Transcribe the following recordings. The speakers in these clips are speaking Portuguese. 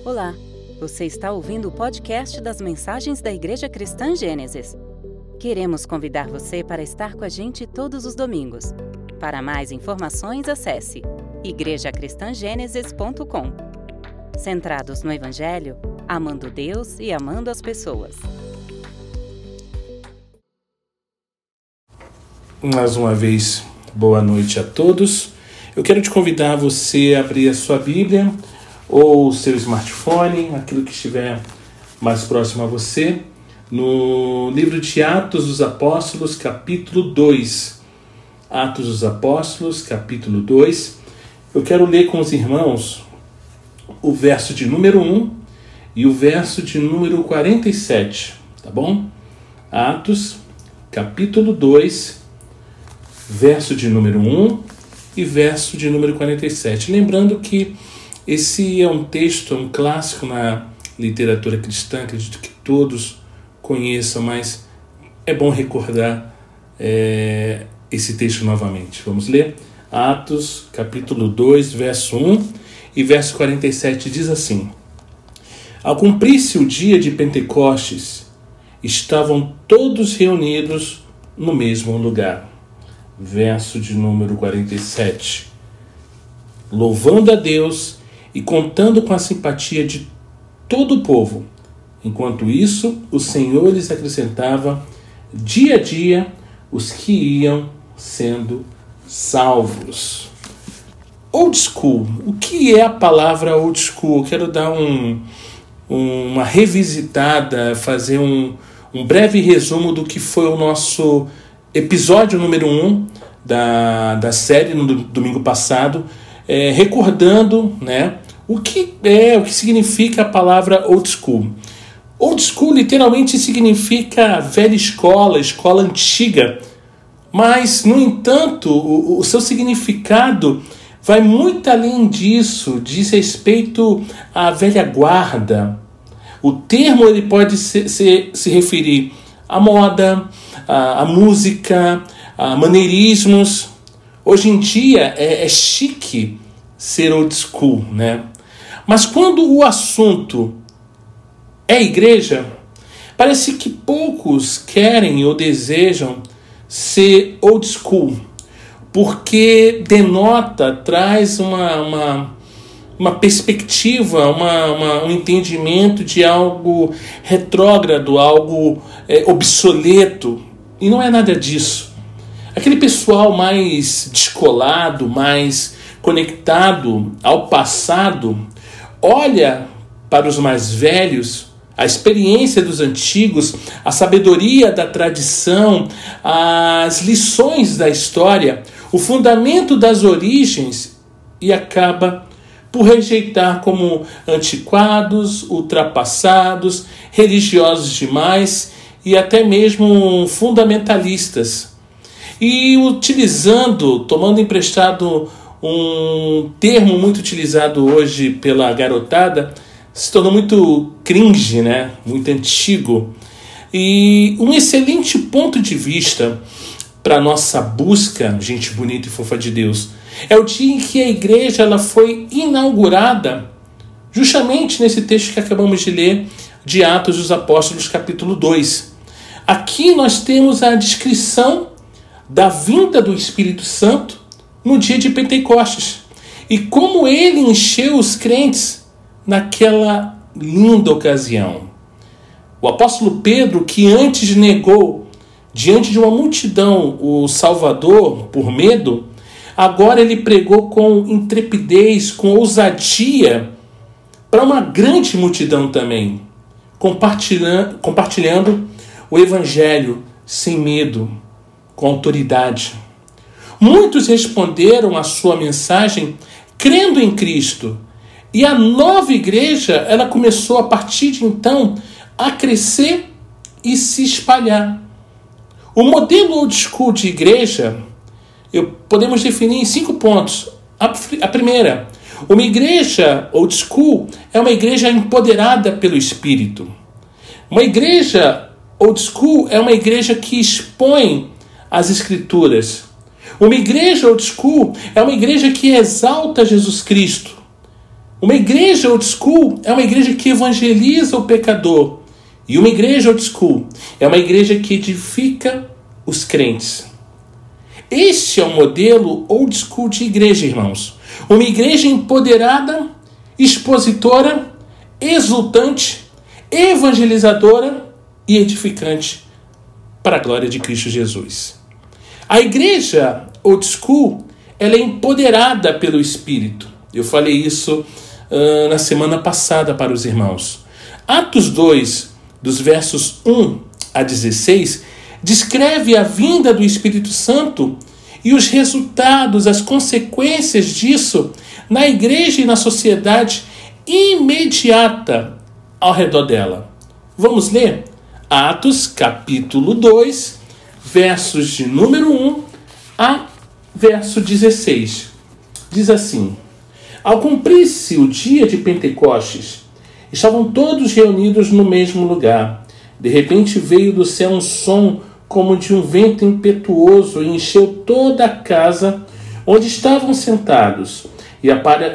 Olá, você está ouvindo o podcast das mensagens da Igreja Cristã Gênesis. Queremos convidar você para estar com a gente todos os domingos. Para mais informações, acesse igrejacristangênesis.com. Centrados no Evangelho, amando Deus e amando as pessoas. Mais uma vez, boa noite a todos. Eu quero te convidar a você a abrir a sua Bíblia ou o seu smartphone, aquilo que estiver mais próximo a você, no livro de Atos dos Apóstolos, capítulo 2. Atos dos Apóstolos, capítulo 2. Eu quero ler com os irmãos o verso de número 1 e o verso de número 47, tá bom? Atos, capítulo 2, verso de número 1 e verso de número 47. Lembrando que esse é um texto, um clássico na literatura cristã, acredito que todos conheçam, mas é bom recordar esse texto novamente. Vamos ler? Atos, capítulo 2, verso 1 e verso 47 diz assim: Ao cumprir-se o dia de Pentecostes, estavam todos reunidos no mesmo lugar. Verso de número 47. Louvando a Deus e contando com a simpatia de todo o povo. Enquanto isso, o Senhor lhes acrescentava dia a dia os que iam sendo salvos. Old school. O que é a palavra old school? Eu quero dar uma revisitada, fazer um breve resumo do que foi o nosso episódio número 1 da série no domingo passado, recordando, né, o que significa a palavra old school. Old school literalmente significa velha escola, escola antiga, mas, no entanto, o seu significado vai muito além disso, diz respeito à velha guarda. O termo ele pode se referir à moda, à música, a maneirismos. Hoje em dia é chique ser old school, né? Mas quando o assunto é igreja, parece que poucos querem ou desejam ser old school, porque denota, traz uma perspectiva, um entendimento de algo retrógrado, algo obsoleto, e não é nada disso. Aquele pessoal mais descolado, mais conectado ao passado, olha para os mais velhos, a experiência dos antigos, a sabedoria da tradição, as lições da história, o fundamento das origens, e acaba por rejeitar como antiquados, ultrapassados, religiosos demais e até mesmo fundamentalistas. E tomando emprestado um termo muito utilizado hoje pela garotada, se tornou muito cringe, né? Muito antigo. E um excelente ponto de vista para a nossa busca, gente bonita e fofa de Deus, é o dia em que a igreja ela foi inaugurada, justamente nesse texto que acabamos de ler, de Atos dos Apóstolos, capítulo 2. Aqui nós temos a descrição da vinda do Espírito Santo no dia de Pentecostes e como ele encheu os crentes naquela linda ocasião. O apóstolo Pedro, que antes negou diante de uma multidão o Salvador por medo, agora ele pregou com intrepidez, com ousadia para uma grande multidão também, compartilhando o Evangelho sem medo, com autoridade. Muitos responderam à sua mensagem crendo em Cristo. E a nova igreja, ela começou a partir de então a crescer e se espalhar. O modelo old school de igreja, podemos definir em 5 pontos. A primeira, uma igreja old school é uma igreja empoderada pelo Espírito. Uma igreja old school é uma igreja que expõe as Escrituras. Uma igreja old school é uma igreja que exalta Jesus Cristo. Uma igreja old school é uma igreja que evangeliza o pecador. E uma igreja old school é uma igreja que edifica os crentes. Este é o modelo old school de igreja, irmãos. Uma igreja empoderada, expositora, exultante, evangelizadora e edificante para a glória de Cristo Jesus. A igreja old school, ela é empoderada pelo Espírito. Eu falei isso na semana passada para os irmãos. Atos 2, dos versos 1 a 16, descreve a vinda do Espírito Santo e os resultados, as consequências disso na igreja e na sociedade imediata ao redor dela. Vamos ler? Atos, capítulo 2, versos de número 1 a verso 16. Diz assim: Ao cumprir-se o dia de Pentecostes, estavam todos reunidos no mesmo lugar. De repente veio do céu um som como de um vento impetuoso e encheu toda a casa onde estavam sentados. E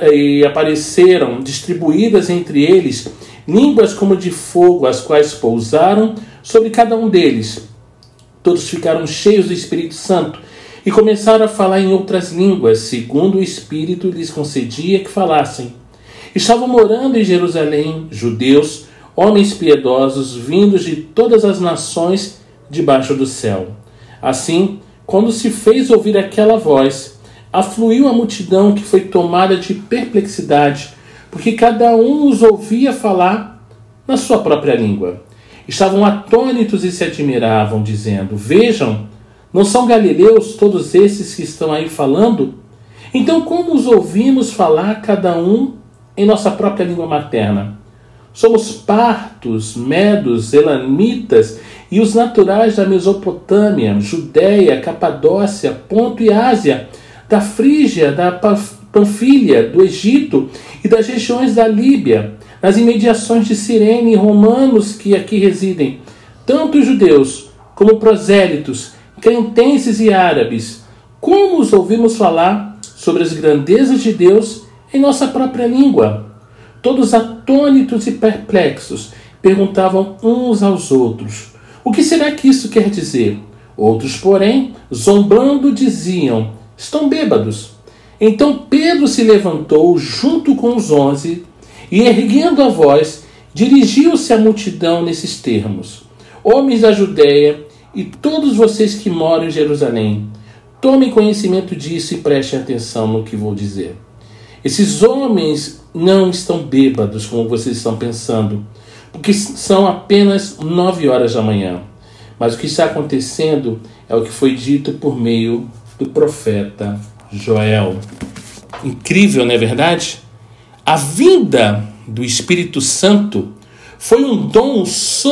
apareceram distribuídas entre eles línguas como de fogo, as quais pousaram sobre cada um deles. Todos ficaram cheios do Espírito Santo e começaram a falar em outras línguas, segundo o Espírito lhes concedia que falassem. Estavam morando em Jerusalém judeus, homens piedosos, vindos de todas as nações debaixo do céu. Assim, quando se fez ouvir aquela voz, afluiu a multidão, que foi tomada de perplexidade, porque cada um os ouvia falar na sua própria língua. Estavam atônitos e se admiravam, dizendo: Vejam, não são galileus todos esses que estão aí falando? Então como os ouvimos falar cada um em nossa própria língua materna? Somos partos, medos, elamitas e os naturais da Mesopotâmia, Judéia, Capadócia, Ponto e Ásia, da Frígia, da Panfilha, do Egito e das regiões da Líbia, nas imediações de Cirene, e romanos que aqui residem, tanto judeus como prosélitos, cretenses e árabes. Como os ouvimos falar sobre as grandezas de Deus em nossa própria língua? Todos atônitos e perplexos perguntavam uns aos outros: O que será que isso quer dizer? Outros, porém, zombando, diziam: Estão bêbados. Então Pedro se levantou junto com os 11 e, erguendo a voz, dirigiu-se à multidão nesses termos: Homens da Judéia e todos vocês que moram em Jerusalém, tomem conhecimento disso e prestem atenção no que vou dizer. Esses homens não estão bêbados, como vocês estão pensando, porque são apenas 9 horas da manhã. Mas o que está acontecendo é o que foi dito por meio do profeta Joel. Incrível, não é verdade? A vinda do Espírito Santo foi um dom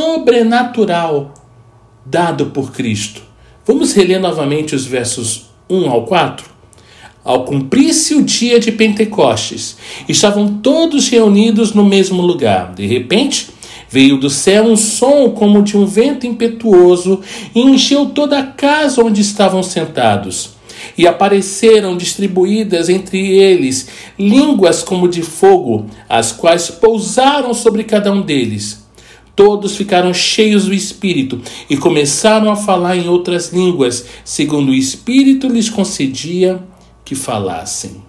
sobrenatural dado por Cristo. Vamos reler novamente os versos 1 ao 4? Ao cumprir-se o dia de Pentecostes, estavam todos reunidos no mesmo lugar. De repente, veio do céu um som como de um vento impetuoso e encheu toda a casa onde estavam sentados. E apareceram distribuídas entre eles línguas como de fogo, as quais pousaram sobre cada um deles. Todos ficaram cheios do Espírito e começaram a falar em outras línguas, segundo o Espírito lhes concedia que falassem.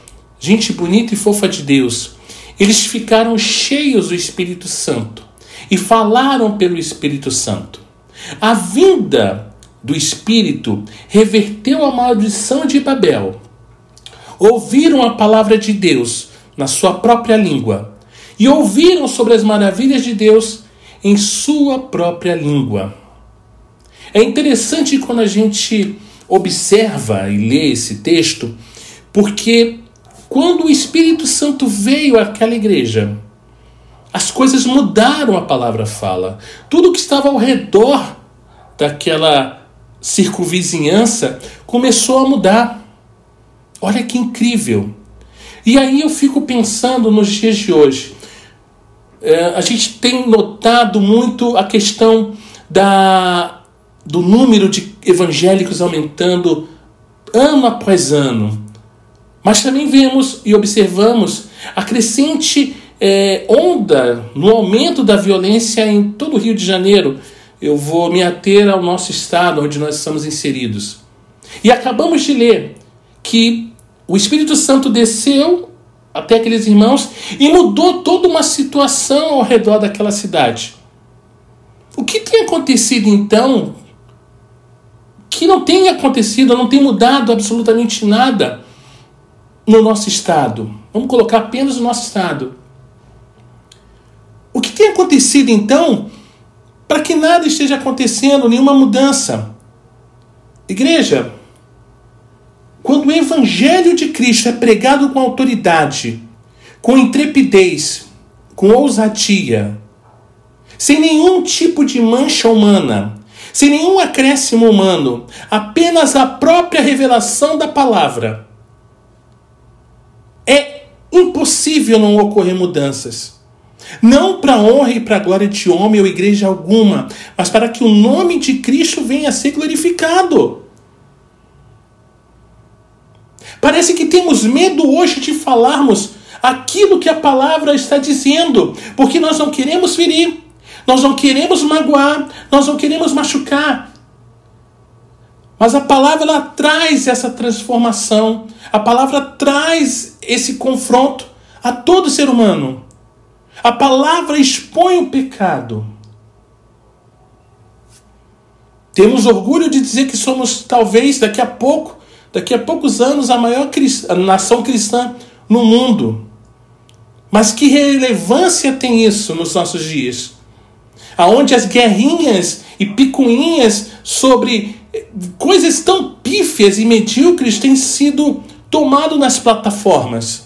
Gente bonita e fofa de Deus, eles ficaram cheios do Espírito Santo e falaram pelo Espírito Santo. A vinda do Espírito reverteu a maldição de Babel. Ouviram a palavra de Deus na sua própria língua e ouviram sobre as maravilhas de Deus em sua própria língua. É interessante quando a gente observa e lê esse texto, porque quando o Espírito Santo veio àquela igreja, as coisas mudaram, a palavra fala. Tudo que estava ao redor daquela circunvizinhança começou a mudar. Olha que incrível. E aí eu fico pensando nos dias de hoje. A gente tem notado muito a questão do número de evangélicos aumentando ano após ano. Mas também vemos e observamos a crescente onda no aumento da violência em todo o Rio de Janeiro. Eu vou me ater ao nosso estado, onde nós estamos inseridos. E acabamos de ler que o Espírito Santo desceu até aqueles irmãos e mudou toda uma situação ao redor daquela cidade. O que tem acontecido então que não tem acontecido, não tem mudado absolutamente nada no nosso estado? Vamos colocar apenas o nosso estado. O que tem acontecido então para que nada esteja acontecendo, nenhuma mudança? Igreja, quando o Evangelho de Cristo é pregado com autoridade, com intrepidez, com ousadia, sem nenhum tipo de mancha humana, sem nenhum acréscimo humano, apenas a própria revelação da palavra, é impossível não ocorrer mudanças. Não para a honra e para a glória de homem ou igreja alguma, mas para que o nome de Cristo venha a ser glorificado. Parece que temos medo hoje de falarmos aquilo que a palavra está dizendo, porque nós não queremos ferir, nós não queremos magoar, nós não queremos machucar. Mas a palavra ela traz essa transformação, a palavra traz esse confronto a todo ser humano. A palavra expõe o pecado. Temos orgulho de dizer que somos, talvez, daqui a poucos anos, a maior nação cristã no mundo. Mas que relevância tem isso nos nossos dias? Aonde as guerrinhas e picuinhas sobre coisas tão pífias e medíocres têm sido tomadas nas plataformas.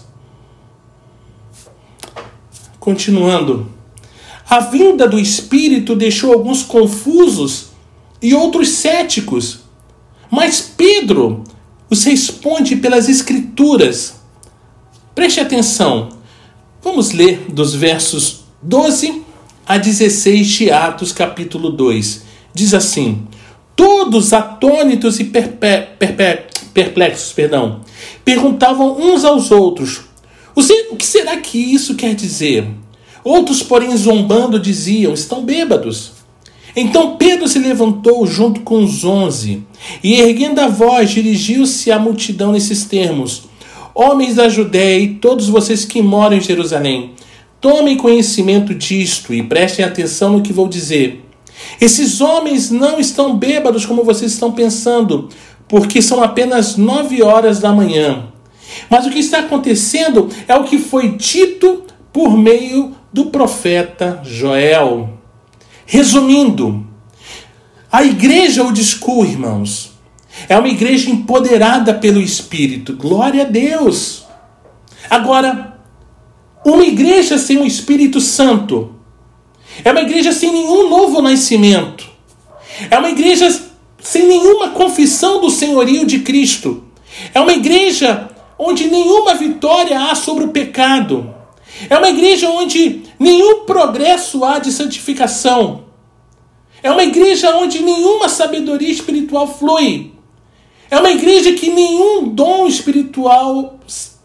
Continuando, a vinda do Espírito deixou alguns confusos e outros céticos, mas Pedro os responde pelas Escrituras. Preste atenção, vamos ler dos versos 12 a 16 de Atos capítulo 2. Diz assim: todos atônitos e perplexos, perguntavam uns aos outros: o que será que isso quer dizer? Outros, porém, zombando, diziam: estão bêbados. Então Pedro se levantou junto com os 11 e, erguendo a voz, dirigiu-se à multidão nesses termos: homens da Judéia e todos vocês que moram em Jerusalém, tomem conhecimento disto e prestem atenção no que vou dizer. Esses homens não estão bêbados como vocês estão pensando, porque são apenas 9 horas da manhã. Mas o que está acontecendo é o que foi dito por meio do profeta Joel. Resumindo, a igreja Old School, irmãos, é uma igreja empoderada pelo Espírito. Glória a Deus! Agora, uma igreja sem o Espírito Santo é uma igreja sem nenhum novo nascimento. É uma igreja sem nenhuma confissão do senhorio de Cristo. É uma igreja onde nenhuma vitória há sobre o pecado. É uma igreja onde nenhum progresso há de santificação. É uma igreja onde nenhuma sabedoria espiritual flui. É uma igreja que nenhum dom espiritual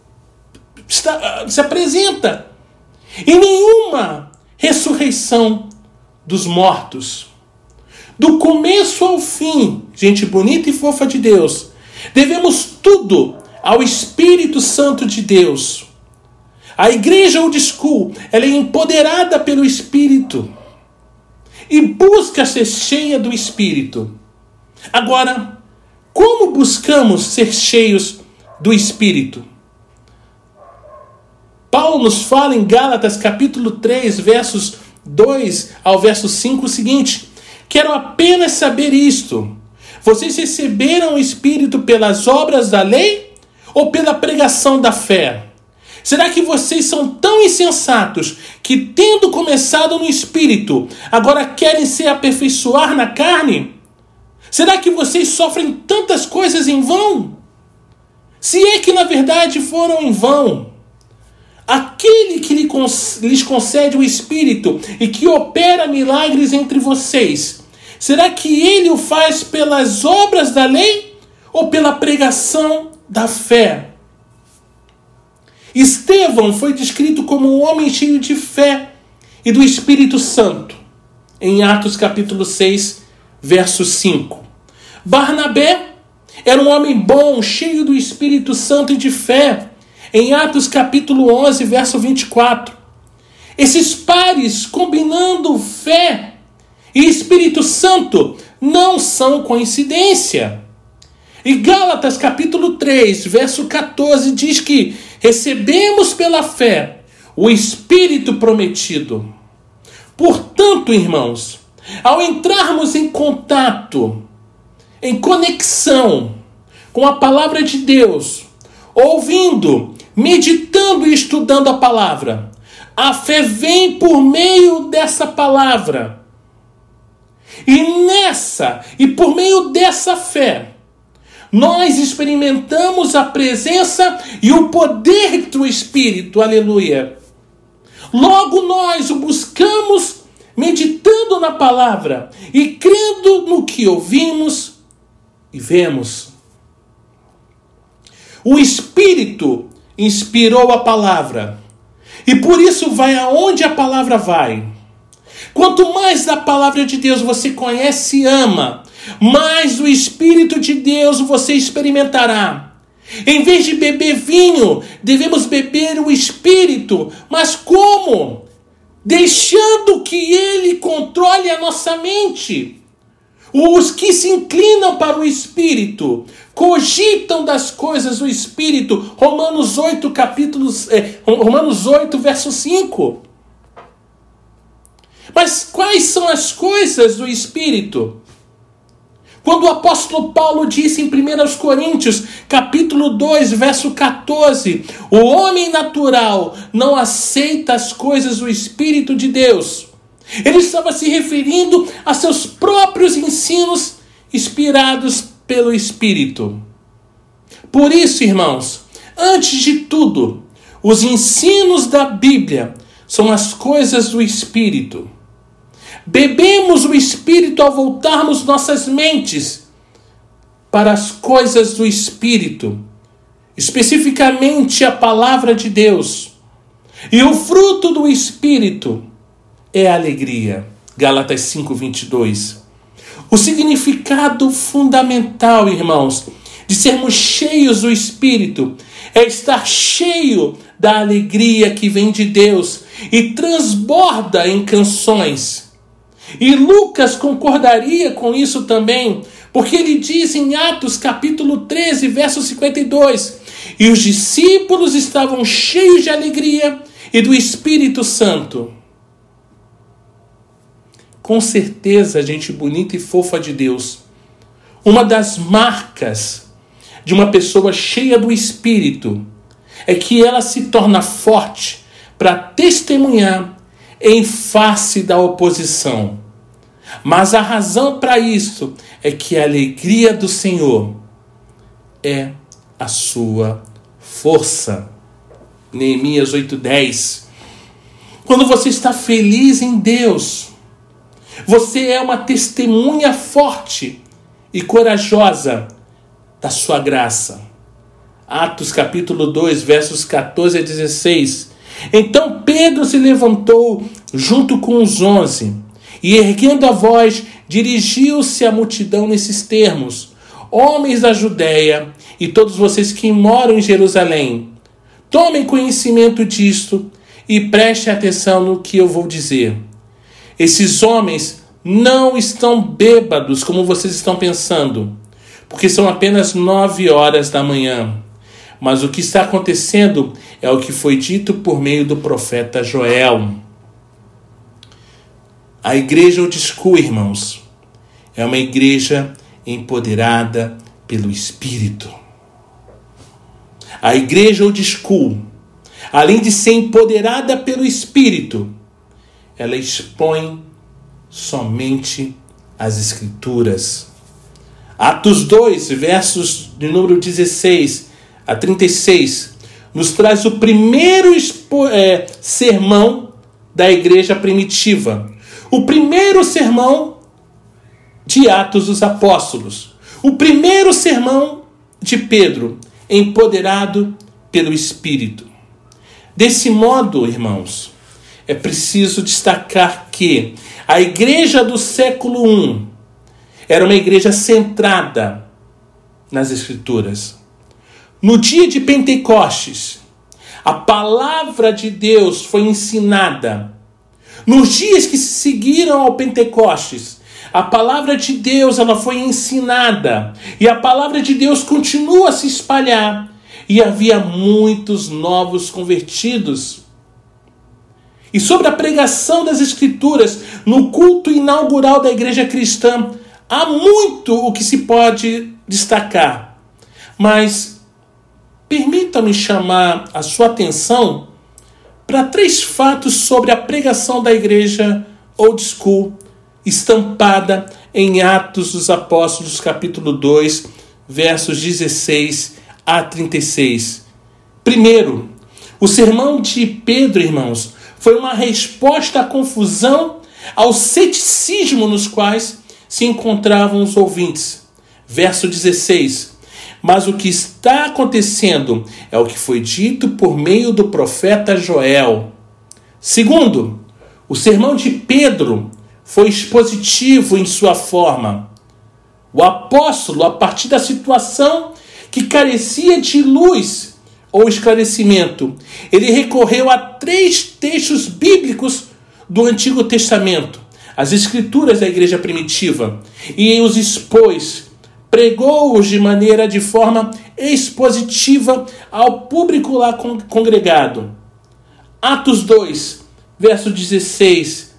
se apresenta. E nenhuma ressurreição dos mortos. Do começo ao fim, gente bonita e fofa de Deus, devemos tudo ao Espírito Santo de Deus. A igreja Old School, ela é empoderada pelo Espírito e busca ser cheia do Espírito. Agora, como buscamos ser cheios do Espírito? Paulo nos fala em Gálatas capítulo 3, versos 2 ao verso 5 o seguinte: quero apenas saber isto: vocês receberam o Espírito pelas obras da lei ou pela pregação da fé? Será que vocês são tão insensatos que, tendo começado no Espírito, agora querem se aperfeiçoar na carne? Será que vocês sofrem tantas coisas em vão? Se é que na verdade foram em vão, aquele que lhes concede o Espírito e que opera milagres entre vocês, será que ele o faz pelas obras da lei ou pela pregação da fé? Estevão foi descrito como um homem cheio de fé e do Espírito Santo, em Atos capítulo 6, verso 5. Barnabé era um homem bom, cheio do Espírito Santo e de fé, em Atos capítulo 11, verso 24. Esses pares, combinando fé e Espírito Santo, não são coincidência. E Gálatas capítulo 3, verso 14, diz que recebemos pela fé o Espírito prometido. Portanto, irmãos, ao entrarmos em contato, em conexão com a palavra de Deus, ouvindo, meditando e estudando a palavra, a fé vem por meio dessa palavra. E por meio dessa fé, nós experimentamos a presença e o poder do Espírito. Aleluia. Logo nós o buscamos meditando na palavra e crendo no que ouvimos e vemos. O Espírito inspirou a palavra e por isso vai aonde a palavra vai. Quanto mais da palavra de Deus você conhece e ama, mais o Espírito de Deus você experimentará. Em vez de beber vinho, devemos beber o Espírito. Mas como? Deixando que ele controle a nossa mente. Os que se inclinam para o Espírito cogitam das coisas do Espírito. Romanos 8, verso 5. Mas quais são as coisas do Espírito? Quando o apóstolo Paulo disse em 1 Coríntios, capítulo 2, verso 14, o homem natural não aceita as coisas do Espírito de Deus. Ele estava se referindo a seus próprios ensinos inspirados pelo Espírito. Por isso, irmãos, antes de tudo, os ensinos da Bíblia são as coisas do Espírito. Bebemos o Espírito ao voltarmos nossas mentes para as coisas do Espírito, especificamente a palavra de Deus. E o fruto do Espírito é a alegria. Gálatas 5, 22. O significado fundamental, irmãos, de sermos cheios do Espírito é estar cheio da alegria que vem de Deus e transborda em canções. E Lucas concordaria com isso também, porque ele diz em Atos capítulo 13, verso 52, e os discípulos estavam cheios de alegria e do Espírito Santo. Com certeza, gente bonita e fofa de Deus, uma das marcas de uma pessoa cheia do Espírito é que ela se torna forte para testemunhar em face da oposição. Mas a razão para isso é que a alegria do Senhor é a sua força. Neemias 8:10. Quando você está feliz em Deus, você é uma testemunha forte e corajosa da sua graça. Atos capítulo 2, versos 14 a 16. Então Pedro se levantou junto com os 11 e, erguendo a voz, dirigiu-se à multidão nesses termos: homens da Judéia e todos vocês que moram em Jerusalém, tomem conhecimento disto e prestem atenção no que eu vou dizer. Esses homens não estão bêbados como vocês estão pensando, porque são apenas 9 horas da manhã. Mas o que está acontecendo é o que foi dito por meio do profeta Joel. A igreja Old School, irmãos, é uma igreja empoderada pelo Espírito. A igreja Old School, além de ser empoderada pelo Espírito, ela expõe somente as Escrituras. Atos 2, versos de número 16 a 36, nos traz o primeiro sermão da igreja primitiva. O primeiro sermão de Atos dos Apóstolos. O primeiro sermão de Pedro, empoderado pelo Espírito. Desse modo, irmãos, é preciso destacar que a igreja do século I era uma igreja centrada nas Escrituras. No dia de Pentecostes, a palavra de Deus foi ensinada. Nos dias que se seguiram ao Pentecostes, a palavra de Deus ela foi ensinada. E a palavra de Deus continua a se espalhar. E havia muitos novos convertidos. E sobre a pregação das Escrituras no culto inaugural da igreja cristã, há muito o que se pode destacar. Mas permita-me chamar a sua atenção para 3 fatos sobre a pregação da igreja old school, estampada em Atos dos Apóstolos, capítulo 2, versos 16 a 36. Primeiro, o sermão de Pedro, irmãos, foi uma resposta à confusão, ao ceticismo nos quais se encontravam os ouvintes. Verso 16. Mas o que está acontecendo é o que foi dito por meio do profeta Joel. Segundo, o sermão de Pedro foi expositivo em sua forma. O apóstolo, a partir da situação que carecia de luz ou esclarecimento, ele recorreu a 3 textos bíblicos do Antigo Testamento, as Escrituras da igreja primitiva, e os expôs, pregou-os de forma expositiva ao público lá congregado. Atos 2, verso 16,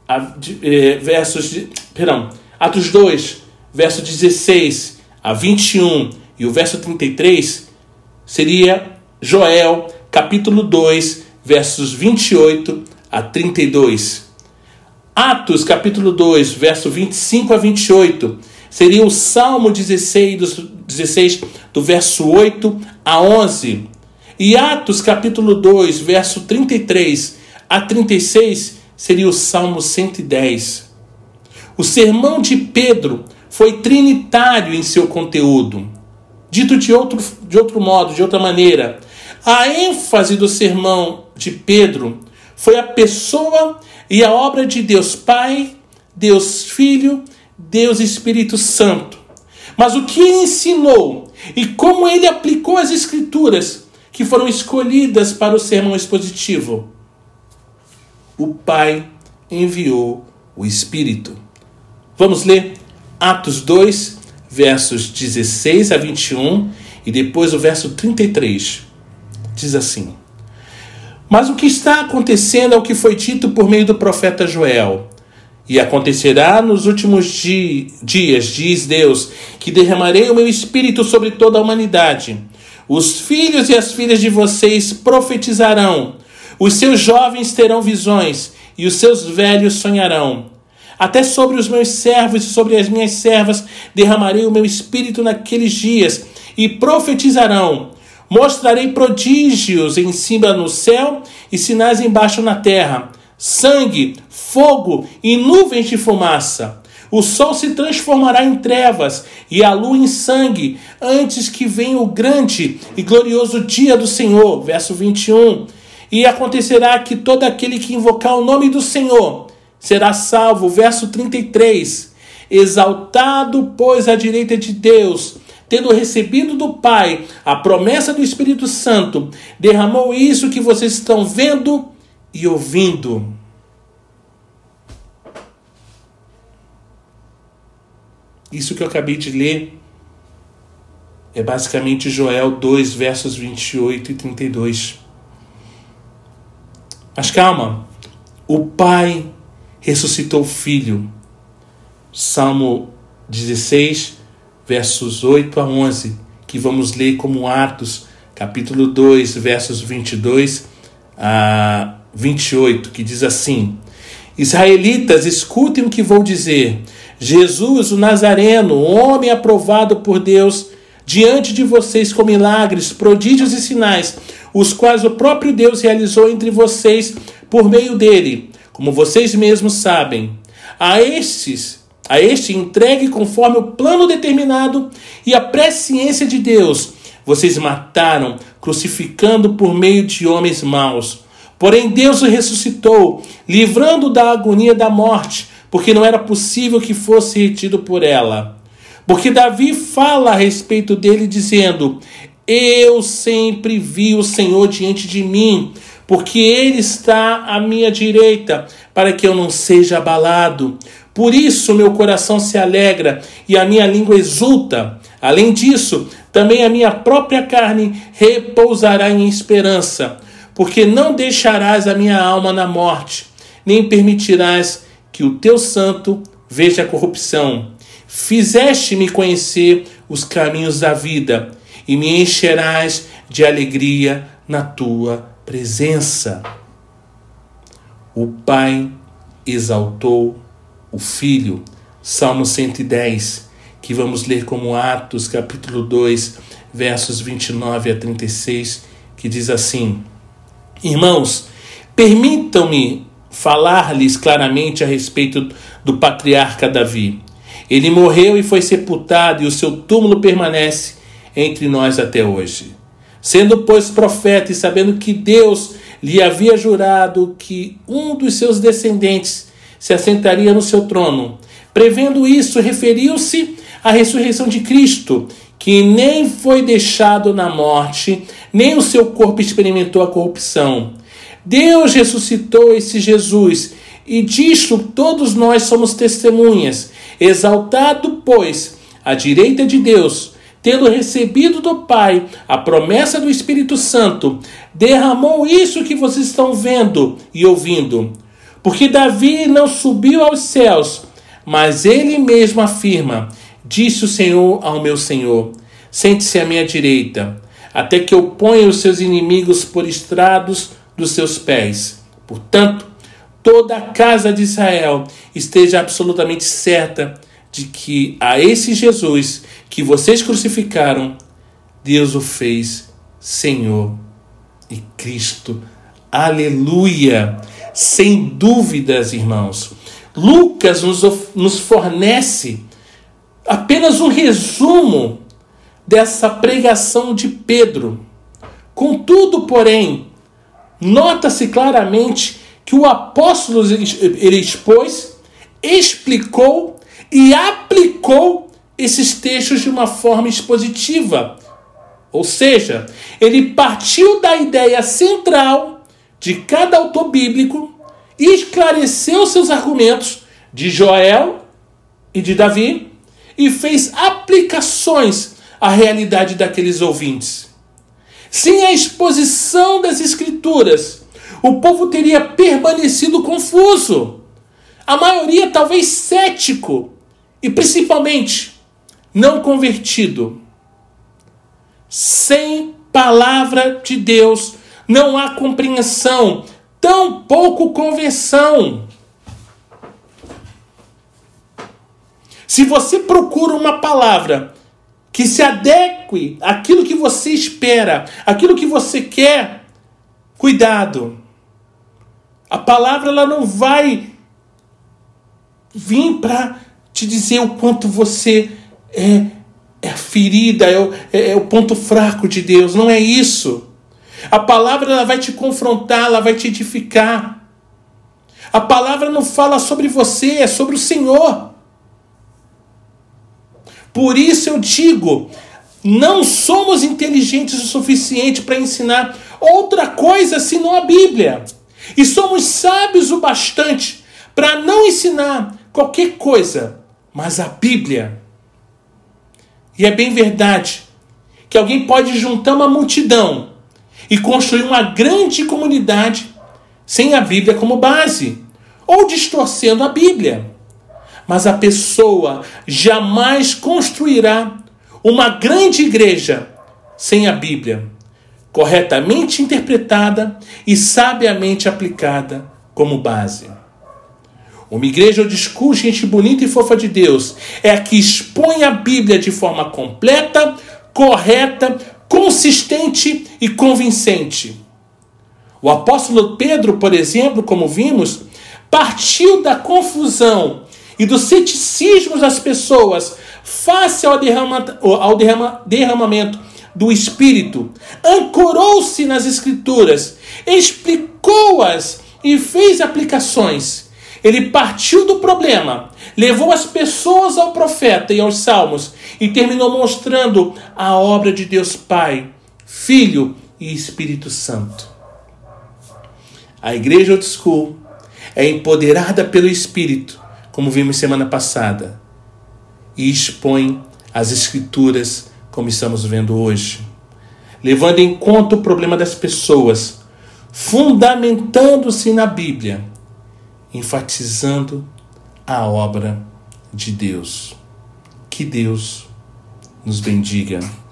Atos 2, verso 16 a 21 e o verso 33 seria Joel, capítulo 2, versos 28 a 32. Atos, capítulo 2, verso 25 a 28, seria o Salmo 16, do verso 8 a 11. E Atos, capítulo 2, verso 33 a 36, seria o Salmo 110. O sermão de Pedro foi trinitário em seu conteúdo. Dito de outro modo, de outra maneira, a ênfase do sermão de Pedro foi a pessoa e a obra de Deus Pai, Deus Filho, Deus Espírito Santo. Mas o que ele ensinou e como ele aplicou as Escrituras que foram escolhidas para o sermão expositivo? O Pai enviou o Espírito. Vamos ler Atos 2, versos 16 a 21 e depois o verso 33. Diz assim: Mas o que está acontecendo é o que foi dito por meio do profeta Joel. E acontecerá nos últimos dias, diz Deus, que derramarei o meu espírito sobre toda a humanidade. Os filhos e as filhas de vocês profetizarão. Os seus jovens terão visões e os seus velhos sonharão. Até sobre os meus servos e sobre as minhas servas derramarei o meu espírito naqueles dias e profetizarão. Mostrarei prodígios em cima no céu e sinais embaixo na terra. Sangue, fogo e nuvens de fumaça. O sol se transformará em trevas e a lua em sangue, antes que venha o grande e glorioso dia do Senhor. Verso 21. E acontecerá que todo aquele que invocar o nome do Senhor será salvo. Verso 33. Exaltado, pois, à direita de Deus, tendo recebido do Pai a promessa do Espírito Santo, derramou isso que vocês estão vendo e ouvindo. Isso que eu acabei de ler é basicamente Joel 2, versos 28 e 32. Mas calma, o Pai ressuscitou o Filho. Salmo 16, versos 8 a 11, que vamos ler como Atos, capítulo 2, versos 22 a 28, que diz assim: Israelitas, escutem o que vou dizer. Jesus, o Nazareno, homem aprovado por Deus, diante de vocês com milagres, prodígios e sinais, os quais o próprio Deus realizou entre vocês por meio dele, como vocês mesmos sabem. A este entregue conforme o plano determinado e a presciência de Deus, vocês mataram crucificando por meio de homens maus. Porém Deus o ressuscitou, livrando da agonia da morte, porque não era possível que fosse retido por ela. Porque Davi fala a respeito dele dizendo: eu sempre vi o Senhor diante de mim, porque ele está à minha direita, para que eu não seja abalado. Por isso meu coração se alegra e a minha língua exulta. Além disso, também a minha própria carne repousará em esperança, porque não deixarás a minha alma na morte, nem permitirás que o teu santo veja a corrupção. Fizeste-me conhecer os caminhos da vida, e me encherás de alegria na tua presença. O Pai exaltou o Filho. Salmo 110, que vamos ler como Atos, capítulo 2, versos 29 a 36, que diz assim: irmãos, permitam-me falar-lhes claramente a respeito do patriarca Davi. Ele morreu e foi sepultado, e o seu túmulo permanece entre nós até hoje. Sendo, pois, profeta e sabendo que Deus lhe havia jurado que um dos seus descendentes se assentaria no seu trono, prevendo isso, referiu-se à ressurreição de Cristo, que nem foi deixado na morte, nem o seu corpo experimentou a corrupção. Deus ressuscitou esse Jesus, e disto todos nós somos testemunhas. Exaltado, pois, à direita de Deus, tendo recebido do Pai a promessa do Espírito Santo, derramou isso que vocês estão vendo e ouvindo. Porque Davi não subiu aos céus, mas ele mesmo afirma: disse o Senhor ao meu Senhor: sente-se à minha direita, até que eu ponha os seus inimigos por estrados dos seus pés. Portanto, toda a casa de Israel esteja absolutamente certa de que a esse Jesus que vocês crucificaram, Deus o fez Senhor e Cristo. Aleluia! Sem dúvidas, irmãos, Lucas nos fornece apenas um resumo dessa pregação de Pedro. Contudo, porém, nota-se claramente que o apóstolo ele expôs, explicou e aplicou esses textos de uma forma expositiva. Ou seja, ele partiu da ideia central de cada autor bíblico e esclareceu seus argumentos de Joel e de Davi e fez aplicações à realidade daqueles ouvintes. Sem a exposição das Escrituras, o povo teria permanecido confuso. A maioria talvez cético e principalmente não convertido. Sem palavra de Deus não há compreensão, tampouco conversão. Se você procura uma palavra que se adeque àquilo que você espera, àquilo que você quer, cuidado. A palavra ela não vai vir para te dizer o quanto você é a ferida, é o ponto fraco de Deus. Não é isso. A palavra ela vai te confrontar, ela vai te edificar. A palavra não fala sobre você, é sobre o Senhor. Por isso eu digo, não somos inteligentes o suficiente para ensinar outra coisa senão a Bíblia. E somos sábios o bastante para não ensinar qualquer coisa, mas a Bíblia. E é bem verdade que alguém pode juntar uma multidão e construir uma grande comunidade sem a Bíblia como base, ou distorcendo a Bíblia. Mas a pessoa jamais construirá uma grande igreja sem a Bíblia, corretamente interpretada e sabiamente aplicada como base. Uma igreja onde discute gente bonita e fofa de Deus é a que expõe a Bíblia de forma completa, correta, consistente e convincente. O apóstolo Pedro, por exemplo, como vimos, partiu da confusão e do ceticismo das pessoas face ao derramamento do Espírito, ancorou-se nas Escrituras, explicou-as e fez aplicações. Ele partiu do problema, levou as pessoas ao profeta e aos salmos e terminou mostrando a obra de Deus Pai, Filho e Espírito Santo. A Igreja Old School é empoderada pelo Espírito, como vimos semana passada, e expõe as Escrituras como estamos vendo hoje, levando em conta o problema das pessoas, fundamentando-se na Bíblia, enfatizando a obra de Deus. Que Deus nos bendiga.